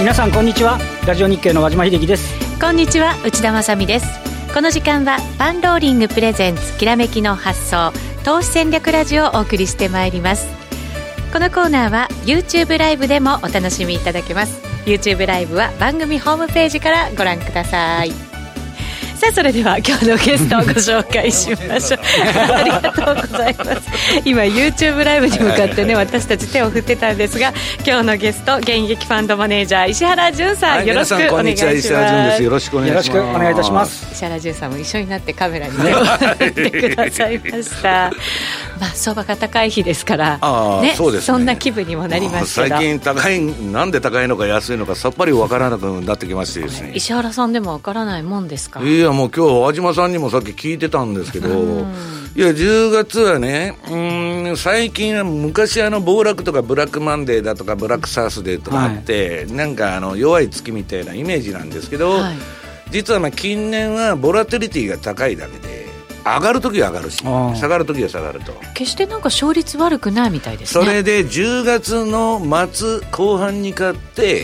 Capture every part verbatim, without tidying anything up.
皆さんこんにちは。ラジオ日経の和島秀樹です。 こんにちは、内田まさみです。この時間はパンローリングプレゼンツきらめきの発想投資戦略ラジオをお送りしてまいります。このコーナーは YouTube ライブでもお楽しみいただけます。 YouTube ライブは番組ホームページからご覧ください。さあ、それでは今日のゲストをご紹介しましょうありがとうございます。今 YouTube ライブに向かってね、私たち手を振ってたんですが、今日のゲスト現役ファンドマネージャー石原潤さん、はい、よろしくお願いします。 石原潤です。よろしくお願いします。 よろしくお願いいたします。 石原潤さんも一緒になってカメラに手を振ってくださいましたまあ相場が高い日ですから、 あ、ね、そうですね、 そんな気分にもなりますけど、 最近高い、なんで高いのか安いのかさっぱり分からなくなってきましてですね。 石原さんでも分からないもんですか。 いや、もう今日和島さんにもさっき聞いてたんですけど、いやじゅうがつはね、うーん、最近は昔あの暴落とかブラックマンデーだとかブラックサースデーとかあって、はい、なんかあの弱い月みたいなイメージなんですけど、はい、実はまあ近年はボラティリティが高いだけで上がるときは上がるし下がるときは下がると、 決してなんか勝率悪くないみたいですね。 それでじゅうがつの末後半に買って、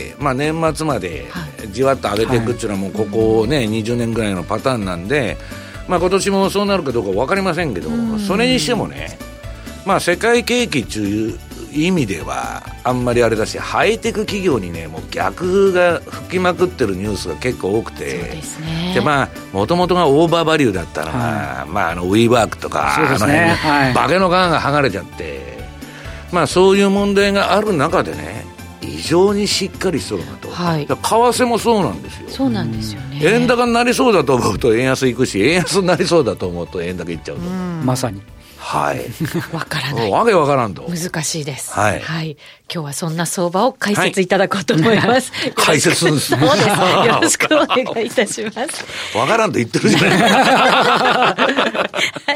まあ、年末までじわっと上げていくっていうのはもうここね、はい、にじゅうねんぐらいのパターンなんで、まあ、今年もそうなるかどうか分かりませんけど、それにしてもね、まあ、世界景気という意味ではあんまりあれだし、ハイテク企業にねもう逆風が吹きまくってるニュースが結構多くて、 そうですね、 でまあもともとがオーバーバリューだったのが、はい、まあ、あのウィーワークとか、 そうですね、 あの辺、はい、化けの皮が剥がれちゃって、まあ、そういう問題がある中でね異常にしっかりしそうだと、はい、為替もそうなんですよ。 そうなんですよね。 円高になりそうだと思うと円安いくし、円安になりそうだと思うと円高いっちゃうと、うん、 まさにはい、 わからない、 わけわからんと難しいです、 はいはい、今日はそんな相場を解説いただこうと思います、はい、 解説です、 そうです、よろしくお願いいたしますわからんと言ってるじゃないはい、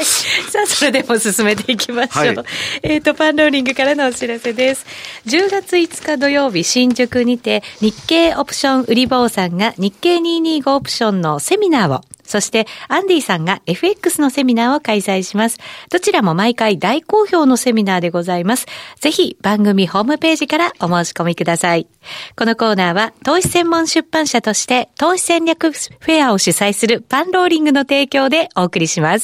さあそれでも進めていきましょう、はい、えーとパンローリングからのお知らせです。じゅうがついつか土曜日、新宿にて日経オプション売り坊さんが日経にひゃくにじゅうごオプションのセミナーを、そしてアンディさんが エフエックス のセミナーを開催します。どちらも毎回大好評のセミナーでございます。ぜひ番組ホームページからお申し込みください。このコーナーは投資専門出版社として投資戦略フェアを主催するパンローリングの提供でお送りします。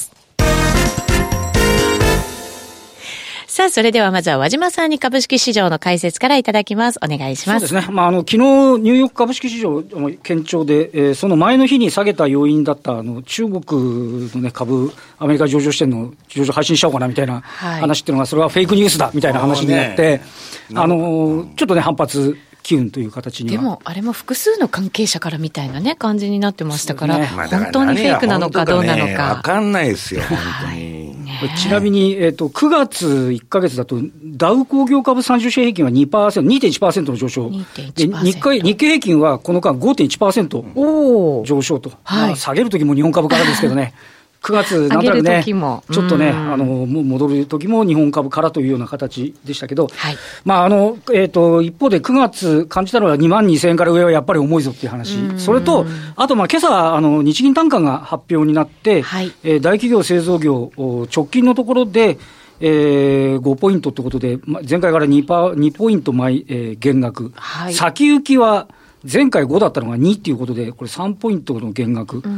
さあ、それではまずは和島さんに株式市場の解説からいただきます。お願いします。 そうですね。まあ、あの、昨日、ニューヨーク株式市場、堅調で、えー、その前の日に下げた要因だった、あの、中国のね、株、アメリカ上場してるの、上場配信しちゃおうかな、みたいな話っていうのが、それはフェイクニュースだ、みたいな話になって、あの、ちょっとね、反発、機運という形には。 でもあれも複数の関係者からみたいなね感じになってましたから、ね、本当にフェイクなのかどうなのか分かんないですよ本当に、 はい、ちなみに、えーと、くがついっかげつだとダウ工業株さんじゅう種平均は にパーセント、にてんいちパーセント の上昇で、日経日経平均はこの間 ごてんいちパーセント 上昇と、はい、まあ、下げるときも日本株からですけどねくがつなんとなくねちょっとねあの戻る時も日本株からというような形でしたけど、はい、まああのえっと一方でくがつ感じたのはにまんにせんえんから上はやっぱり重いぞっていう話、それとあとまあ今朝あの日銀短観が発表になって、はい、えー、大企業製造業直近のところでえー、ごポイントということで前回から 2, パ2ポイント前、えー、減額、はい、先行きは前回ごだったのがにっていうことで、これさんポイントの減額。うん、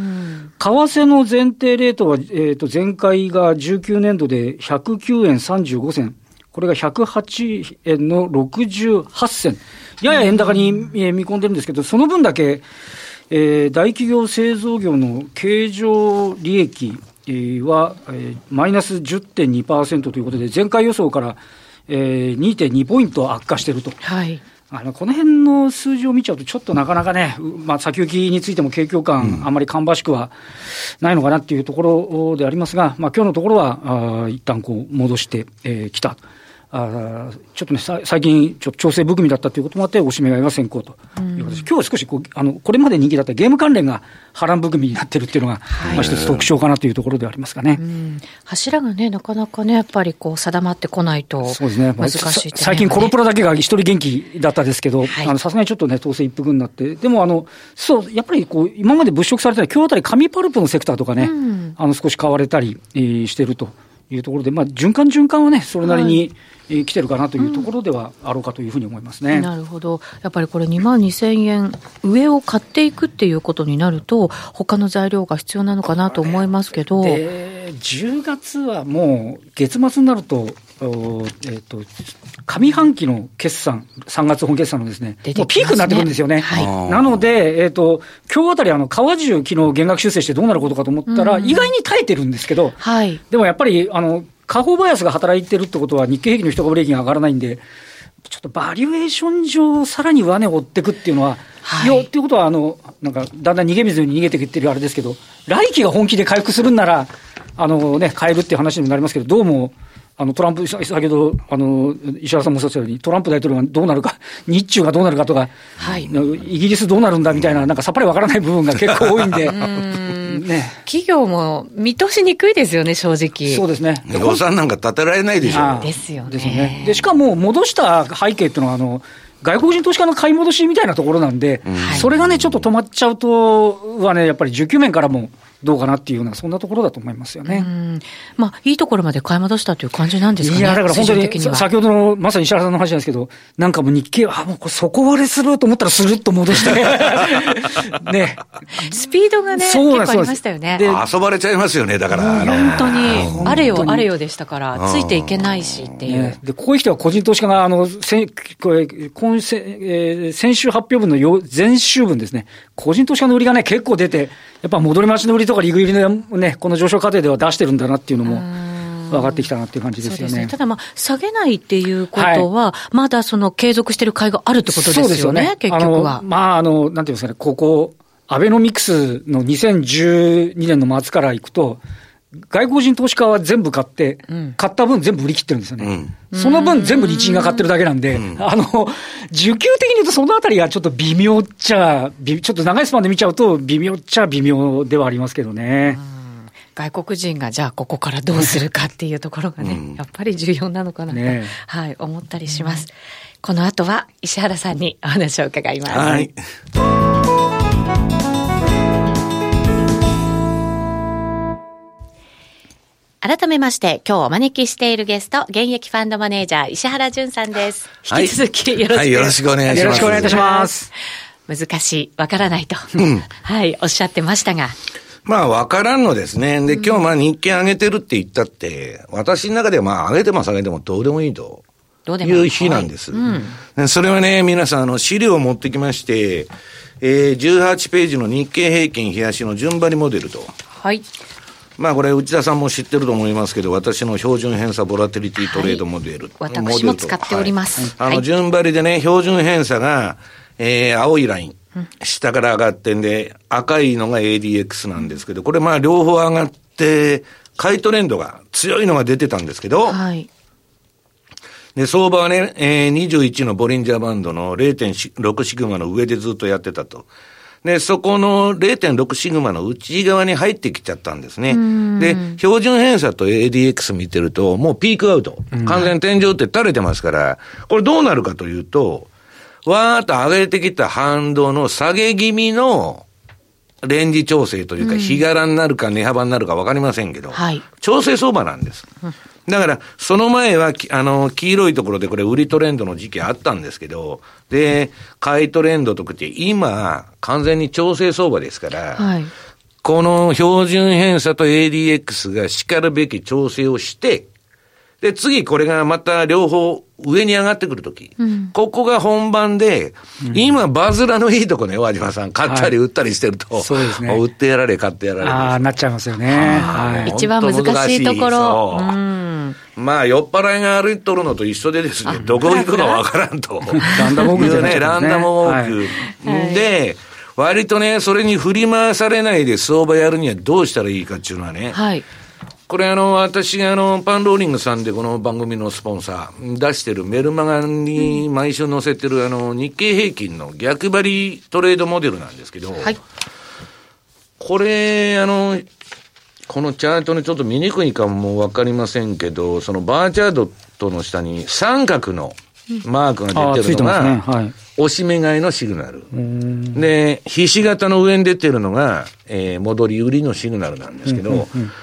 為替の前提レートは、えっと、前回がじゅうきゅうねんどでひゃくきゅうえんさんじゅうごせん。これがひゃくはちえんのろくじゅうはっせん。やや円高に見込んでるんですけど、その分だけ、えー、大企業製造業の経常利益は、えー、マイナス じゅってんにパーセント ということで、前回予想から、えー、にてんにポイント悪化していると。はい。あのこの辺の数字を見ちゃうとちょっとなかなかね、まあ、先行きについても景況感、うん、あんまり芳しくはないのかなっていうところでありますが、まあ、今日のところはあ一旦こう戻してき、えー、た。あちょっとね最近ちょっと調整含みだったということもあっておしめ買いが先行という形、うん、今日は少しこうあのこれまで人気だったゲーム関連が波乱含みになっているっていうのが、はい、まあ、一つ特徴かなというところでありますかね、うん、 柱がねなかなかねやっぱりこう定まってこないと難しい、そうですね、まあ、 最近コロプラだけが一人元気だったですけど、さすがにちょっとね統制一服になって、でもあのそうやっぱりこう今まで物色されてた今日あたり紙パルプのセクターとかね、うん、あの少し買われたり、えー、しているというところで、まあ、循環循環はね、それなりに、はい、来てるかなというところではあろうかというふうに思いますね。 うん、なるほど。やっぱりこれにまんにせんえん上を買っていくっていうことになると、他の材料が必要なのかなと思いますけど。 で、じゅうがつはもう月末になると、えー、と上半期の決算、さんがつ本決算のですね、もうピークになってくるんですよね。はい、なので、えー、と今日あたりあの川中昨日減額修正してどうなることかと思ったら、うん、意外に耐えてるんですけど、はい、でもやっぱりあの下方バイアスが働いてるってことは日経平均の一株平均が上がらないんで、ちょっとバリュエーション上さらに上値を追っていくっていうのは、はい、よっていうことはあのなんかだんだん逃げ水に逃げていってるあれですけど、来期が本気で回復するんならあの、ね、買えるっていう話にもなりますけど、どうもあのトランプ、先ほどあの石原さんもおっしゃったように、トランプ大統領がどうなるか、日中がどうなるかとか、はい、イギリスどうなるんだみたいな、なんかさっぱりわからない部分が結構多いんで、 うんね、企業も見通しにくいですよね、正直。 そうですね。 予算なんか立てられないでしょ。 ですよね。 ですね。でしかも戻した背景っていうのはあの外国人投資家の買い戻しみたいなところなんで、うん、それがねちょっと止まっちゃうとはね、やっぱり需給面からもどうかなっていうような、そんなところだと思いますよね。うん、 まあ、いいところまで買い戻したという感じなんですかね。 いや、だから本当に、先ほどのまさに石原さんの話なんですけど、なんかもう日経、あ、もうこれ底割れすると思ったらスルッと戻して。 ね。スピードがね、結構ありましたよね。 遊ばれちゃいますよね、だから。 本当に、あれよあれよでしたから、ついていけないしっていう。ね、 で、ここへ来ては個人投資家が、あの、先、今せ、えー、先週発表分の前週分ですね、個人投資家の売りがね、結構出て、やっぱ戻り待ちの売りとか利食いのね、この上昇過程では出してるんだなっていうのも分かってきたなっていう感じですよね。そうですね。 ただまあ、下げないっていうことは、はい、まだその継続している買いがあるってことですよね、そうですよね、結局は。 あの、まあ、あの、なんていうんですかね、ここ、アベノミクスのにせんじゅうにねんの末からいくと、外国人投資家は全部買って、うん、買った分全部売り切ってるんですよね。うん、その分全部日銀が買ってるだけなんで、うん、あの、需給的に言うとそのあたりがちょっと微妙っちゃ、ちょっと長いスパンで見ちゃうと微妙っちゃ微妙ではありますけどね。うん、 外国人がじゃあここからどうするかっていうところがね、うん、やっぱり重要なのかなと、ね、はい、思ったりします。うん、この後は石原さんにお話を伺います。はい。改めまして、今日お招きしているゲスト、現役ファンドマネージャー、石原淳さんです。引き続きよろしく、はい、 よろしくお願いします。 よろしくお願いいたします。 難しい、わからないと、うん、はい、おっしゃってましたが。 まあ、わからんのですね。で、今日まあ日経上げてるって言ったって、私の中ではまあ、上げても下げてもどうでもいいという日なんです。はい、うん、それはね、皆さん、あの、資料を持ってきまして、えー、じゅうはちページの日経平均冷やしの順張りモデルと。はい。まあこれ内田さんも知ってると思いますけど、私の標準偏差ボラテリティトレードモデル、 はい、私も使っております、 はい、あの順張りでね、標準偏差が、えー、青いライン、うん、下から上がってんで、赤いのが エーディーエックス なんですけど、これまあ両方上がって買いトレンドが強いのが出てたんですけど、はい、で相場はね、えー、にじゅういちのボリンジャーバンドの れいてんろく シグマの上でずっとやってたと。で、そこの れいてんろく シグマの内側に入ってきちゃったんですね。で、標準偏差と エーディーエックス 見てると、もうピークアウト。完全天井って垂れてますから、これどうなるかというと、わーっと上げてきた反動の下げ気味のレンジ調整というか、日柄になるか値幅になるか分かりませんけど、はい、調整相場なんです。だから、その前は、あの、黄色いところでこれ売りトレンドの時期あったんですけど、で、買いトレンドとかって今、完全に調整相場ですから、はい、この標準偏差と エーディーエックス が叱るべき調整をして、で、次これがまた両方上に上がってくるとき、うん、ここが本番で、うん、今バズらのいいとこね、和島さん、買ったり売ったりしてると、はい、そうですね、売ってやられ、買ってやられ。 ああ、なっちゃいますよね。 はい、一番難しいところ。うん、 まあ、酔っ払いが歩いとるのと一緒でですね、どこ行くかわからんと。ランダムウォークでね、ランダムウォーク。はい、で、割とね、それに振り回されないで相場やるにはどうしたらいいかっていうのはね、はい、これあの、私があの、パンローリングさんでこの番組のスポンサー出してるメルマガに毎週載せてるあの、日経平均の逆張りトレードモデルなんですけど、はい、これあの、このチャートにちょっと見にくいかもわかりませんけど、そのバーチャードの下に三角のマークが出てるのが、ね、はい、押し目買いのシグナル。で、ひし形の上に出てるのが、えー、戻り売りのシグナルなんですけど、うんうんうん、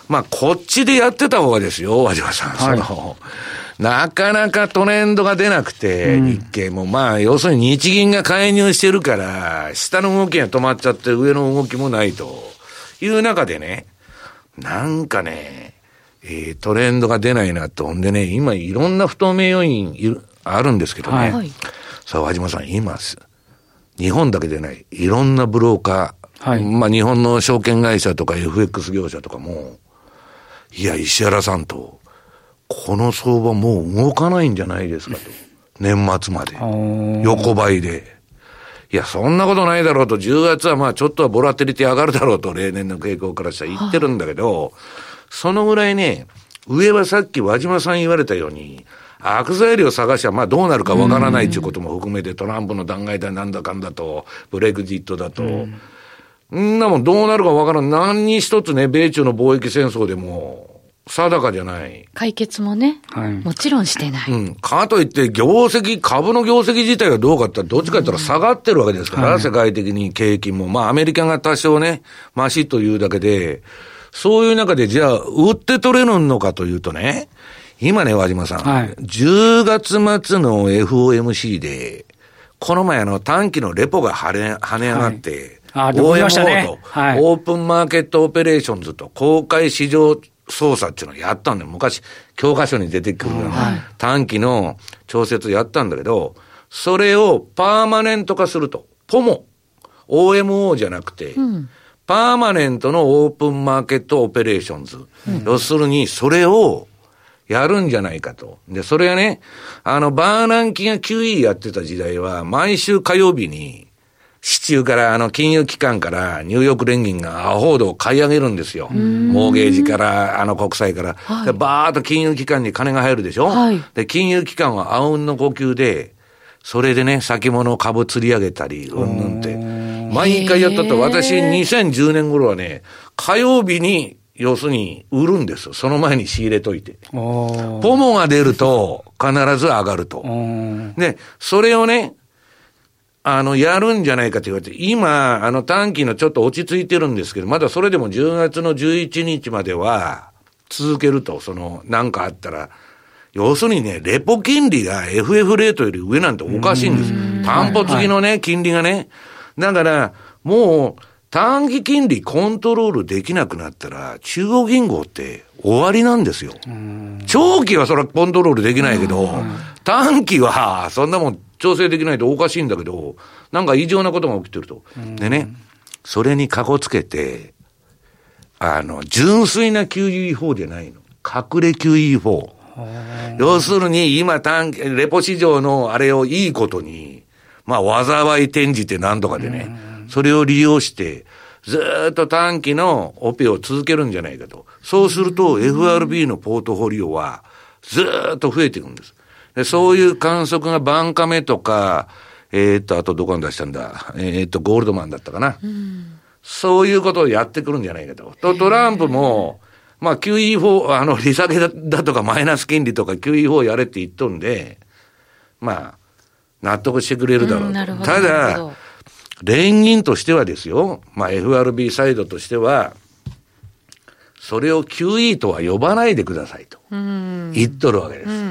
まあ、こっちでやってた方がですよ、和島さん。はい、その、なかなかトレンドが出なくて、うん、日経も、まあ、要するに日銀が介入してるから、下の動きが止まっちゃって、上の動きもないという中でね、なんかね、えー、トレンドが出ないなと。んでね、今いろんな不透明要因いるあるんですけどね。はい、さあ、和島さん、今、日本だけでない、いろんなブローカー、はい、まあ日本の証券会社とか エフエックス 業者とかも、いや、石原さんと、この相場もう動かないんじゃないですかと。年末まで。横ばいで。いや、そんなことないだろうと、じゅうがつはまあちょっとはボラテリティ上がるだろうと、例年の傾向からしたら言ってるんだけど、そのぐらいね、上はさっき和島さん言われたように、悪材料探しはまあどうなるかわからないということも含めて、トランプの弾劾だなんだかんだと、ブレグジットだと、んなもんどうなるかわからん。何に一つね、米中の貿易戦争でも、定かじゃない。 解決もね、はい、もちろんしてない。 うん。かといって、業績、株の業績自体がどうかってどっちか言ったら下がってるわけですから、はい、世界的に景気も。まあ、アメリカが多少ね、マシというだけで、そういう中で、じゃあ、売って取れるのかというとね、今ね、和島さん、はい、じゅうがつ末の エフオーエムシー で、この前あの短期のレポが跳ね、跳ね上がって、 はい、あ、でも見ましたね。 オーエムオー と、はい、オープンマーケットオペレーションズと公開市場操作っていうのをやったんだよ。昔、教科書に出てくるような短期の調節やったんだけど、それをパーマネント化すると。ポモ。オーエムオー じゃなくて、うん、パーマネントのオープンマーケットオペレーションズ。うん、要するに、それをやるんじゃないかと。で、それはね、あの、バーナンキが キューイー やってた時代は、毎週火曜日に、市中から、あの、金融機関から、ニューヨーク連銀がアホードを買い上げるんですよ。モーゲージから、あの、国債から。はい、でバーッと金融機関に金が入るでしょ、はい、で、金融機関はあうんの呼吸で、それでね、先物株釣り上げたり、うんぬんって。毎回やったと、私、にせんじゅうねん頃はね、火曜日に、要するに、売るんです。その前に仕入れといて。ポモが出ると、必ず上がると。で、それをね、あの、やるんじゃないかと言われて、今、あの短期のちょっと落ち着いてるんですけど、まだそれでもじゅうがつのじゅういちにちまでは続けると、その、なんかあったら、要するにね、レポ金利が エフエフ レートより上なんておかしいんです。担保付きのね、はい、金利がね。だから、もう、短期金利コントロールできなくなったら、中央銀行って終わりなんですよ。長期はそれはコントロールできないけど、短期はそんなもん調整できないとおかしいんだけど、なんか異常なことが起きてると。でね、それにかこつけて、あの、純粋な キューイーフォー じゃないの。隠れ キューイーフォー。要するに今短期、レポ市場のあれをいいことに、まあ災い転じて何とかでね、それを利用して、ずーっと短期のオペを続けるんじゃないかと。そうすると エフアールビー のポートフォリオはずーっと増えていくんです。でそういう観測がバンカメとか、えー、っと、あとどこに出したんだ、えー、っと、ゴールドマンだったかな。うん、そういうことをやってくるんじゃないかと。と、トランプも、まあ キューイーフォー、あの、利下げだだとかマイナス金利とか キューイーフォー やれって言っとんで、まあ、納得してくれるだろうと。うん、なるほど。ただ、連銀としてはですよ、まあ エフアールビー サイドとしては、それを キューイー とは呼ばないでくださいと言っとるわけです。うんうんうん、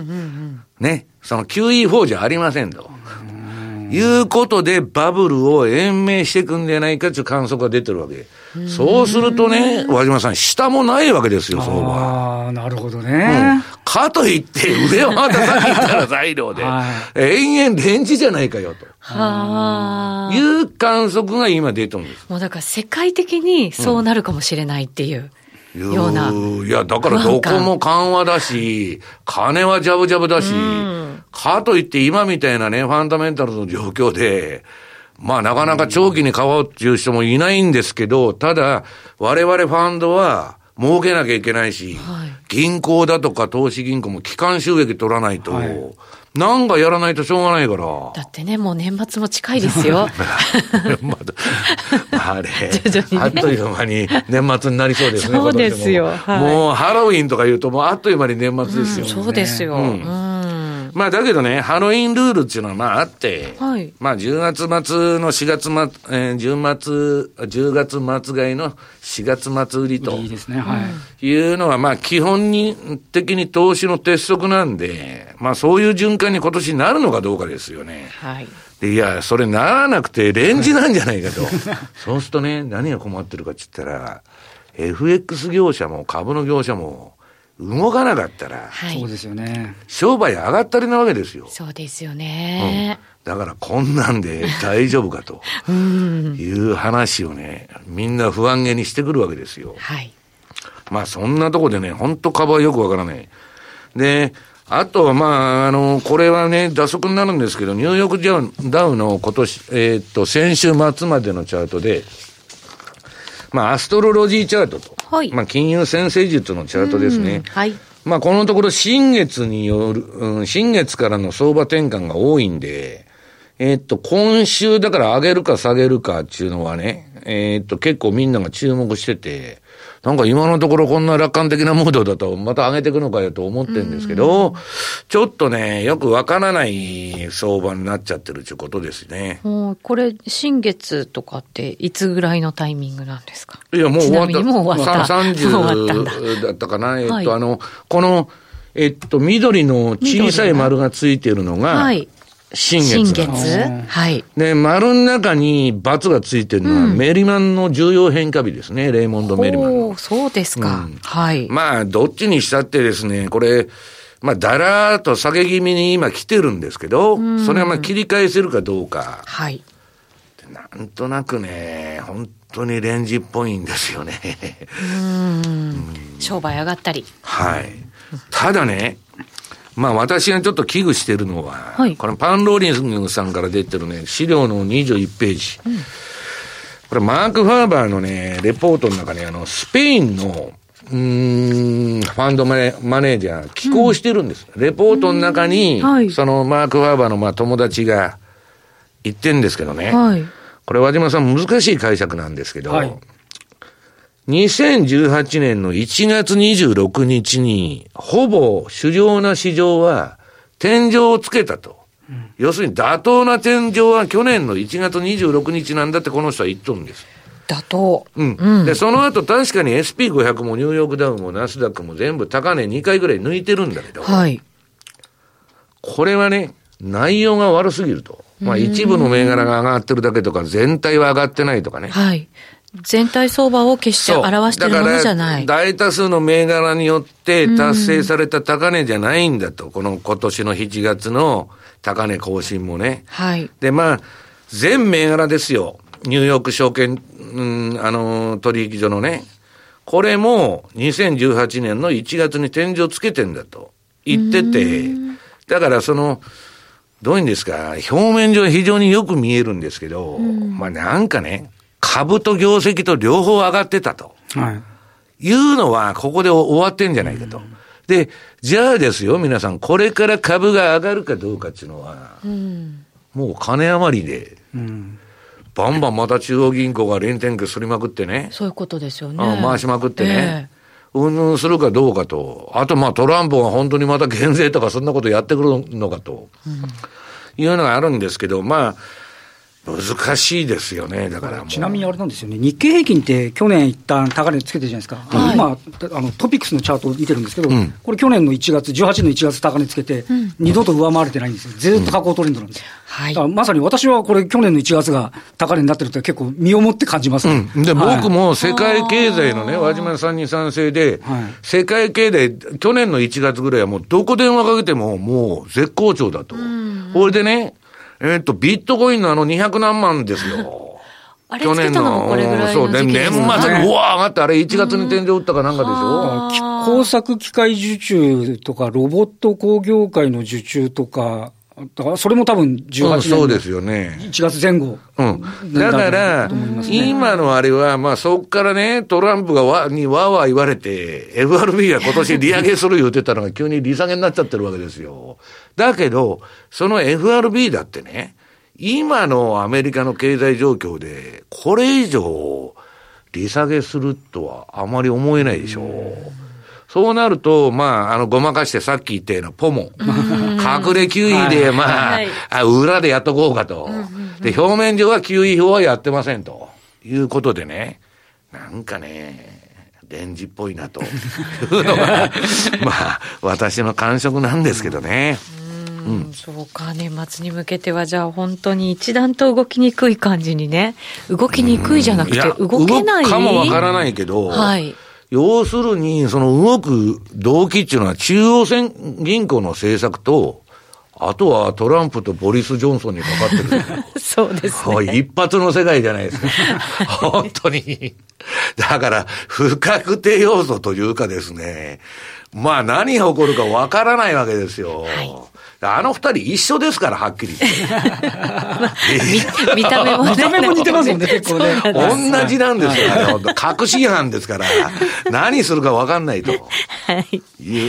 ね。その キューイーフォー じゃありませんと。いうことでバブルを延命していくんじゃないかという観測が出てるわけ。そうするとね、和島さん、下もないわけですよ、相場。 ああ、なるほどね、 うん。かといって、上はまたさっき言ったら材料で、はい、延々レンジじゃないかよと。はあ。いう観測が今出てるんです。 もうだから世界的にそうなるかもしれないっていう。うん、ような。 いや、だからどこも緩和だし、金はジャブジャブだし、うん、かといって今みたいなね、ファンダメンタルの状況で、まあなかなか長期に買おうっていう人もいないんですけど、ただ、我々ファンドは儲けなきゃいけないし、はい、銀行だとか投資銀行も機関収益取らないと、はい、なんかやらないとしょうがないから。 だってね、もう年末も近いですよ。 まだあれ、徐々にね、あっという間に年末になりそうですね。 そうですよ。 はい、もうハロウィンとか言うともうあっという間に年末ですよ、ね。 うん、そうですよ。うん。 まあだけどね、ハロウィンルールっていうのはまああって、 はい、 まあじゅうがつ末のしがつ末、えー、じゅうがつ末買いのしがつ末売りと。 いいですね、はい。 いうのはまあ基本的に投資の鉄則なんで、まあそういう循環に今年なるのかどうかですよね。 はい。 で、いや、それならなくてレンジなんじゃないかと。そうするとね、何が困ってるかって言ったら、エフエックス 業者も株の業者も、動かなかったら、 はい、そうですよね。 商売上がったりなわけですよ。 そうですよね。 うん、だからこんなんで大丈夫かという話をね、みんな不安げにしてくるわけですよ。 はい。 まあそんなとこでね、本当株はよくわからない。で、あとはまあ、あの、これはね、打足になるんですけど、ニューヨークダウの今年、えー、っと、先週末までのチャートで、まあ、アストロロジーチャートと。はい。まあ、金融占星術のチャートですね。 はい。 まあ、このところ、新月による、うん、新月からの相場転換が多いんで、えー、っと、今週だから上げるか下げるかっていうのはね、えー、っと、結構みんなが注目してて、なんか今のところこんな楽観的なムードだとまた上げていくのかよと思ってるんですけど、ちょっとね、よくわからない相場になっちゃってるということですね。 もうこれ、新月とかっていつぐらいのタイミングなんですか？ いや、もう終わった。 もう終わった。 さんじゅうだったかな。えっと、はい、あの、この、えっと、緑の小さい丸がついてるのが、はい。新月。 新月はい。 で、丸の中に×がついてるのは、うん、メリマンの重要変化日ですね。レイモンド・メリマンの。 そうですか、うん。はい。 まあ、どっちにしたってですね、これ、まあ、だらーっと下げ気味に今来てるんですけど、うん、それはまあ切り返せるかどうか。 はい。 なんとなくね、本当にレンジっぽいんですよね。 うん。うん、商売上がったり。 はい。ただね、まあ私がちょっと危惧してるのは、はい、これパンローリングさんから出てるね、資料のにじゅういちページ。うん、これマーク・ファーバーのね、レポートの中にあの、スペインの、うーん、ファンドマネマネージャー、寄稿してるんです。うん、レポートの中に、はい、そのマーク・ファーバーのまあ友達が言ってるんですけどね。はい、これ和島さん難しい解釈なんですけど、はい、にせんじゅうはちねんのいちがつにじゅうろくにちに、ほぼ主要な市場は天井をつけたと。うん、要するに妥当な天井は去年のいちがつにじゅうろくにちなんだってこの人は言っとるんです。 妥当。 うん。うん、で、その後確かに エスピーごひゃく もニューヨークダウンもナスダックも全部高値にかいぐらい抜いてるんだけど。 はい。 これはね、内容が悪すぎると。まあ一部の銘柄が上がってるだけとか、全体は上がってないとかね。 はい。全体相場を決して表しているものじゃない。 だから大多数の銘柄によって達成された高値じゃないんだと。この今年のしちがつの高値更新もね。 はい。 で、まあ、全銘柄ですよ。ニューヨーク証券、うん、あの、取引所のね。これもにせんじゅうはちねんのいちがつに天井つけてんだと言ってて、だからその、どういうんですか、表面上非常によく見えるんですけど、まあなんかね、株と業績と両方上がってたと。はい。いうのは、ここで終わってんじゃないかと。で、じゃあですよ、皆さん、これから株が上がるかどうかっていうのは、うん、もう金余りで、うん、バンバンまた中央銀行が連転すりまくってね。 そういうことですよね。 ああ回しまくってね。えー、うんぬんするかどうかと。あと、まあ、トランプが本当にまた減税とかそんなことやってくるのかと。うん、いうのがあるんですけど、まあ、難しいですよね。だからちなみにあれなんですよね、日経平均って去年一旦高値つけてるじゃないですか、はい、今あのトピックスのチャートを見てるんですけど、うん、これ去年のいちがつじゅうはちねんのいちがつ高値つけて、うん、二度と上回れてないんですよ。ずっと下降トレンドなんですよ、うん、はい、だからまさに私はこれ去年のいちがつが高値になってるって結構身をもって感じます、ね、 うん、で、はい、僕も世界経済のね和島さんに賛成で、はい、世界経済去年のいちがつぐらいはもうどこ電話かけてももう絶好調だと、うん、これでねえっと、ビットコインのあのにひゃくなんまんですよ。 あれ去年の、これぐらいの時期ですね。 そう、年末にうわー上がって、あれいちがつに天井打ったかなんかでしょ。 工作機械受注とか、ロボット工業界の受注とか、だからそれも多分じゅうはちねん、うん、そうですよね。いちがつぜん後。 うん。だから、今のあれは、まあそっからね、トランプがわ、にわーわー言われて、エフアールビー が今年利上げする言ってたのが急に利下げになっちゃってるわけですよ。だけど、その エフアールビー だってね、今のアメリカの経済状況で、これ以上利下げするとはあまり思えないでしょう。 そうなると、まあ、あの、ごまかしてさっき言ったようなポモ。隠れ キューイー で、まあ、はい、あ、裏でやっとこうかと。で、表面上は キューイー 法はやってませんと。いうことでね、なんかね、レンジっぽいなというのが、まあ、私の感触なんですけどね。 うん、そうか、年末に向けてはじゃあ本当に一段と動きにくい感じにね、動きにくいじゃなくて動けない、 動くかもわからないけど、 はい、 要するにその動く動機っていうのは中央銀行の政策と、あとはトランプとボリス・ジョンソンにかかってるそうですね。 一発の世界じゃないですか本当に。だから不確定要素というかですね、まあ何が起こるかわからないわけですよ、はい、あの二人一緒ですから、はっきり言ってまあ、見, 見た目もね、 見た目も似てますもんね、結構ね。 同じなんですよ、確信犯ですから何するか分かんないと、はい、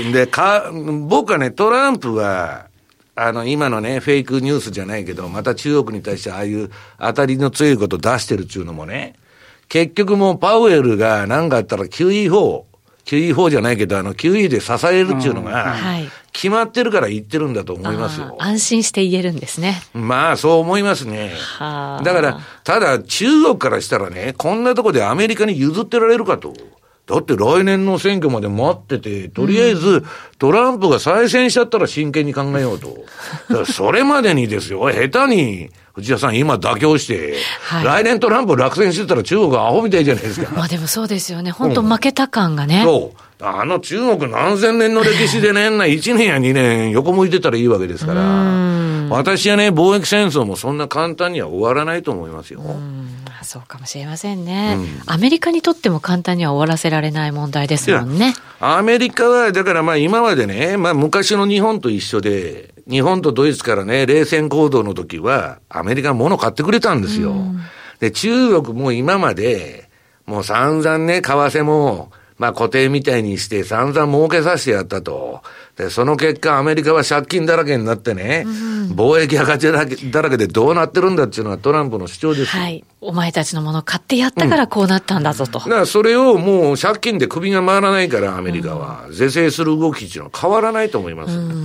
でか僕はね、トランプはあの今のねフェイクニュースじゃないけど、また中国に対してああいう当たりの強いこと出してるっていうのもね、結局もうパウエルが何かあったら キューイー 法キューイー 法じゃないけど、あの キューイー で支えるっていうのが決まってるから言ってるんだと思いますよ。 安心して言えるんですね。 まあそう思いますね。だからただ中国からしたらね、こんなとこでアメリカに譲ってられるかと。だって来年の選挙まで待ってて、とりあえずトランプが再選しちゃったら真剣に考えようと。だからそれまでにですよ、下手に藤田さん今妥協して、はい、来年トランプ落選してたら中国はアホみたいじゃないですか。 まあでもそうですよね。本当負けた感がね。 うん、そう。あの中国何千年の歴史でね、いちねんやにねん横向いてたらいいわけですから、私はね、貿易戦争もそんな簡単には終わらないと思いますよ。 うんそうかもしれませんね、うん、アメリカにとっても簡単には終わらせられない問題ですもんね。 アメリカはだからまあ今までね、まあ昔の日本と一緒で、日本とドイツからね、冷戦行動の時はアメリカ物買ってくれたんですよ、うん、で中国も今までもう散々ね、為替もまあ固定みたいにして散々儲けさせてやったと。で、その結果アメリカは借金だらけになってね、うん、貿易赤字だらけでどうなってるんだっていうのはトランプの主張ですよ。 はい。お前たちのもの買ってやったからこうなったんだぞと。 うん、だからそれをもう借金で首が回らないからアメリカは、うん、是正する動きっていうのは変わらないと思います。うん、うん。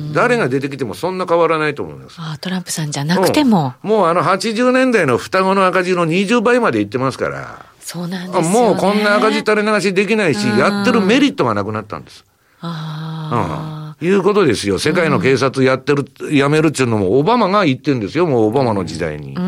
誰が出てきてもそんな変わらないと思います。 ああ、トランプさんじゃなくても。 うん、もうあのはちじゅうねんだいの双子の赤字のにじゅうばいまでいってますから。 そうなんですよね。 もうこんな赤字垂れ流しできないし、やってるメリットがなくなったんです。 ああ。 うん。いうことですよ。世界の警察やってる、うん、やめるっていうのもオバマが言ってるんですよ。もうオバマの時代に。うん、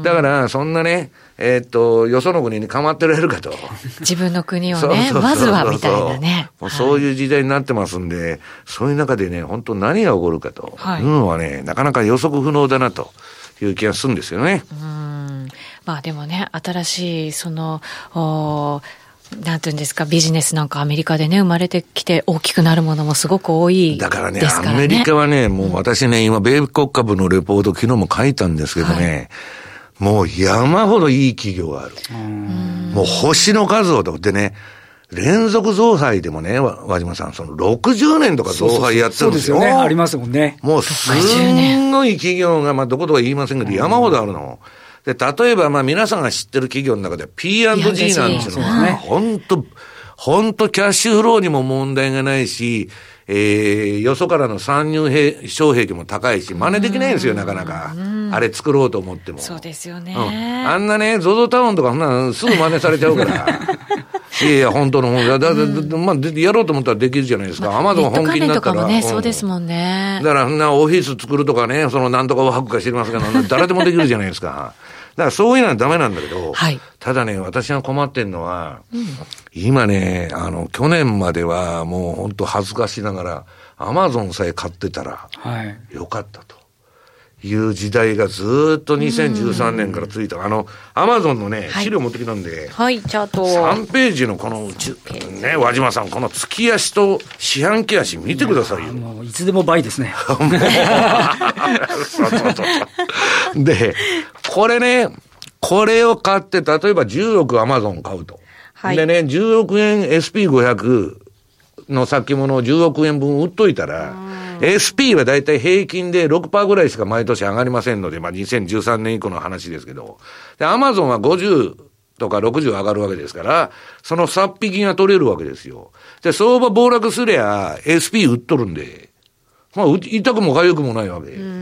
だから、そんなね、えー、っと、よその国に構ってられるかと。 自分の国をね、そうそうそうそう、まずはみたいなね。 もうそういう時代になってますんで、はい、そういう中でね、本当何が起こるかというのはね、はい、なかなか予測不能だなという気がするんですよね。 うんまあでもね、新しい、その、なんていうんですか、ビジネスなんかアメリカでね、生まれてきて大きくなるものもすごく多いですからね。 だからね、アメリカはね、もう私ね、今、米国株のレポート昨日も書いたんですけどね、はい、もう山ほどいい企業がある。もう星の数をとってね、連続増配でもね、和島さん、そのろくじゅうねんとか増配やってるんですよ。 そうですよね、ありますもんね。 もうすんごい企業が、まあどことは言いませんけど、山ほどあるの。で、例えば、まあ皆さんが知ってる企業の中で ピーアンドジー なんていうのは、ね、本当本当キャッシュフローにも問題がないし、えー、よそからの参入障壁も高いし、真似できないんですよ、なかなか。あれ作ろうと思っても。 そうですよね。 うん、あんなね、ゾゾ タウンとかそんなすぐ真似されちゃうから。いやいや、本当の本だ。だ、だ、だ、まあ、やろうと思ったらできるじゃないですか。アマゾン本気になったら。ネット関連とかもね、 うん、そうですもんね。 だから、そんなオフィス作るとかね、そのなんとかワークか知りますけど、誰でもできるじゃないですか。だからそういうのはダメなんだけど、はい、ただね、私が困ってんのは、うん、今ね、あの、去年まではもう本当恥ずかしながら、アマゾンさえ買ってたら、よかったと。いう時代がずっとにせんじゅうさんねんから続いた。あの、アマゾンのね、資料持ってきたんで、 はい、チャート。 さんページのこのうち、ね、和島さん、この月足と四半期足見てくださいよ。 もういつでも倍ですね。もうそうそうそう。で、これね、これを買って、例えばじゅうおくアマゾン買うと。はい、でね、じゅうおくえん エスピーごひゃく の先物をじゅうおくえんぶん売っといたら、エスピー はだいたい平均で ろくパーセント ぐらいしか毎年上がりませんので、まあにせんじゅうさんねん以降の話ですけど、で、アマゾンはごじゅうとかろくじゅう上がるわけですから、その差っ引きが取れるわけですよ。で、相場暴落すりゃ エスピー 売っとるんで、まあ、痛くも痒くもないわけ。うん、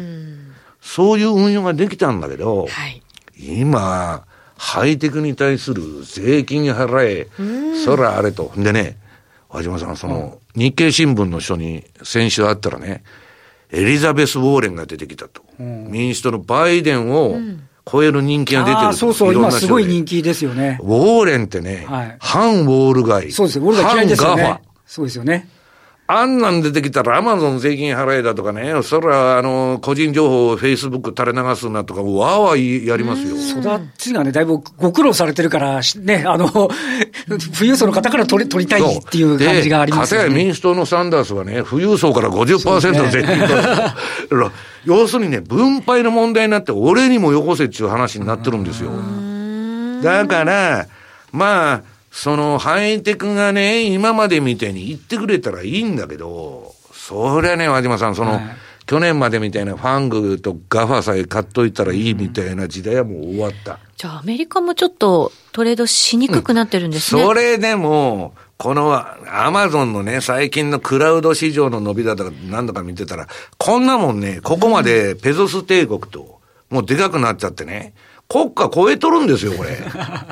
そういう運用ができたんだけど、はい、今、ハイテクに対する税金払え、そらあれと。でね、和島さん、その、日経新聞の人に先週会ったらね、エリザベス・ウォーレンが出てきたと。うん、民主党のバイデンを超える人気が出てると、うん、あそうそう、今すごい人気ですよね。 ウォーレンってね、はい、反ウォール街。 そうですよ、ウォール街嫌いですよね。反ガファ。そうですよね。 あんなん出てきたらアマゾン税金払えだとかね、そら、あの、個人情報をフェイスブック垂れ流すなとか、わーわーやりますよ。 育ちがね、だいぶご苦労されてるから、ね、あの、富裕層の方から取り、取りたいっていう感じがありますよね。 かたや民主党のサンダースはね、富裕層から ごじゅっパーセント の税金取る。要するにね、分配の問題になって、俺にもよこせっていう話になってるんですよ。だから、まあ、そのハイテクがね、今までみたいに言ってくれたらいいんだけど、そりゃね、和島さん、その、はい、去年までみたいなファングとガファさえ買っといたらいいみたいな時代はもう終わった。うん、 じゃあアメリカもちょっとトレードしにくくなってるんですね。 うん、それでも、このアマゾンのね、最近のクラウド市場の伸びだとか何だか見てたら、こんなもんね、ここまでペゾス帝国と、もうでかくなっちゃってね、国家超えとるんですよ、これ。はい。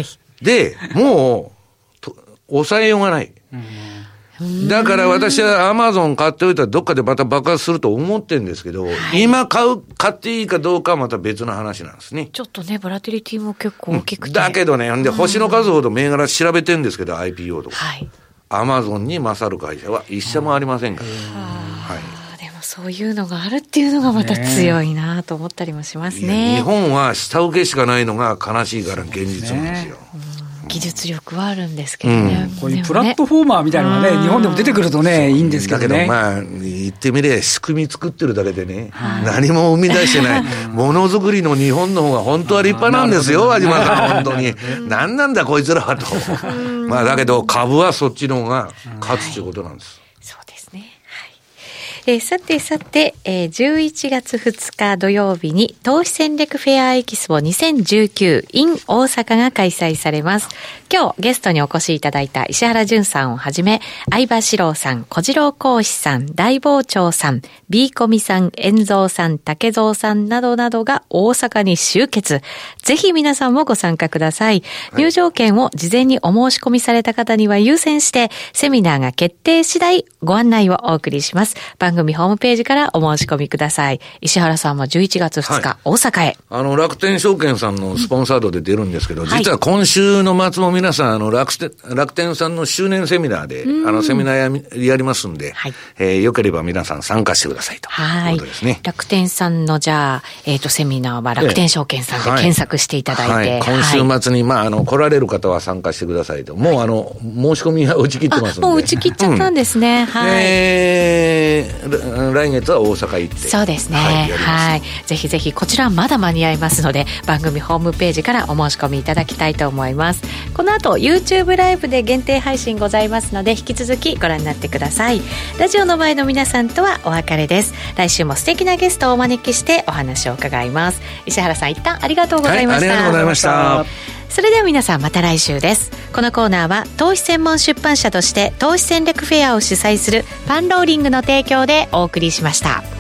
で、もう、抑えようがない。だから私はアマゾン買っておいたらどっかでまた爆発すると思ってるんですけど、はい、今買う、買っていいかどうかはまた別の話なんですね。 ちょっとね、ボラティリティも結構大きくて。 だけどね、で、星の数ほど銘柄調べてるんですけど、アイピーオー とか。はい。アマゾンに勝る会社は一社もありませんから。はい。 そういうのがあるっていうのがまた強いなと思ったりもしますね。 日本は下請けしかないのが悲しいから現実なんですよ。 技術力はあるんですけどね。 うん、こういうプラットフォーマーみたいなのがね、日本でも出てくるとね、いいんですけどね。 だけどまあ、言ってみれば仕組み作ってるだけでね、何も生み出してない、ものづくりの日本の方が本当は立派なんですよ、和島さん、本当に。何なんだこいつらはと。まあだけど株はそっちの方が勝つということなんです。 えー、さてさて、えー、じゅういちがつふつか土曜日に投資戦略フェアエキスポにせんじゅうきゅう in 大阪が開催されます。今日ゲストにお越しいただいた石原淳さんをはじめ、相場志郎さん、小次郎講師さん、大坊長さん、ビーコミさん、遠蔵さん、竹蔵さんなどなどが大阪に集結。ぜひ皆さんもご参加ください。はい、入場券を事前にお申し込みされた方には優先して、セミナーが決定次第ご案内をお送りします。番組ホームページからお申し込みください。石原さんはじゅういちがつふつか、はい、大阪へ。 あの、楽天証券さんのスポンサードで出るんですけど、うん、実は今週の末も皆さん、あの、楽天、楽天さんの周年セミナーで、あの、セミナー や, やりますんで、はい、えー、よければ皆さん参加してくださいと。はい。いうことですね。 楽天さんの、じゃあ、えっ、ー、と、セミナーは楽天証券さんで検索していただいて。はいはい、 今週末に、まあ、あの、来られる方は参加してくださいと。もう、あの、申し込みは打ち切ってますんで。 もう打ち切っちゃったんですね。うん、はい。 えー、来月は大阪行って。 そうですね。はい。はい、ぜひぜひ、こちらまだ間に合いますので、番組ホームページからお申し込みいただきたいと思います。この後、YouTube ライブで限定配信ございますので、引き続きご覧になってください。ラジオの前の皆さんとはお別れです。来週も素敵なゲストをお招きしてお話を伺います。石原さん、一旦ありがとうございました。 はい、ありがとうございました。 それでは皆さん、また来週です。このコーナーは投資専門出版社として投資戦略フェアを主催するパンローリングの提供でお送りしました。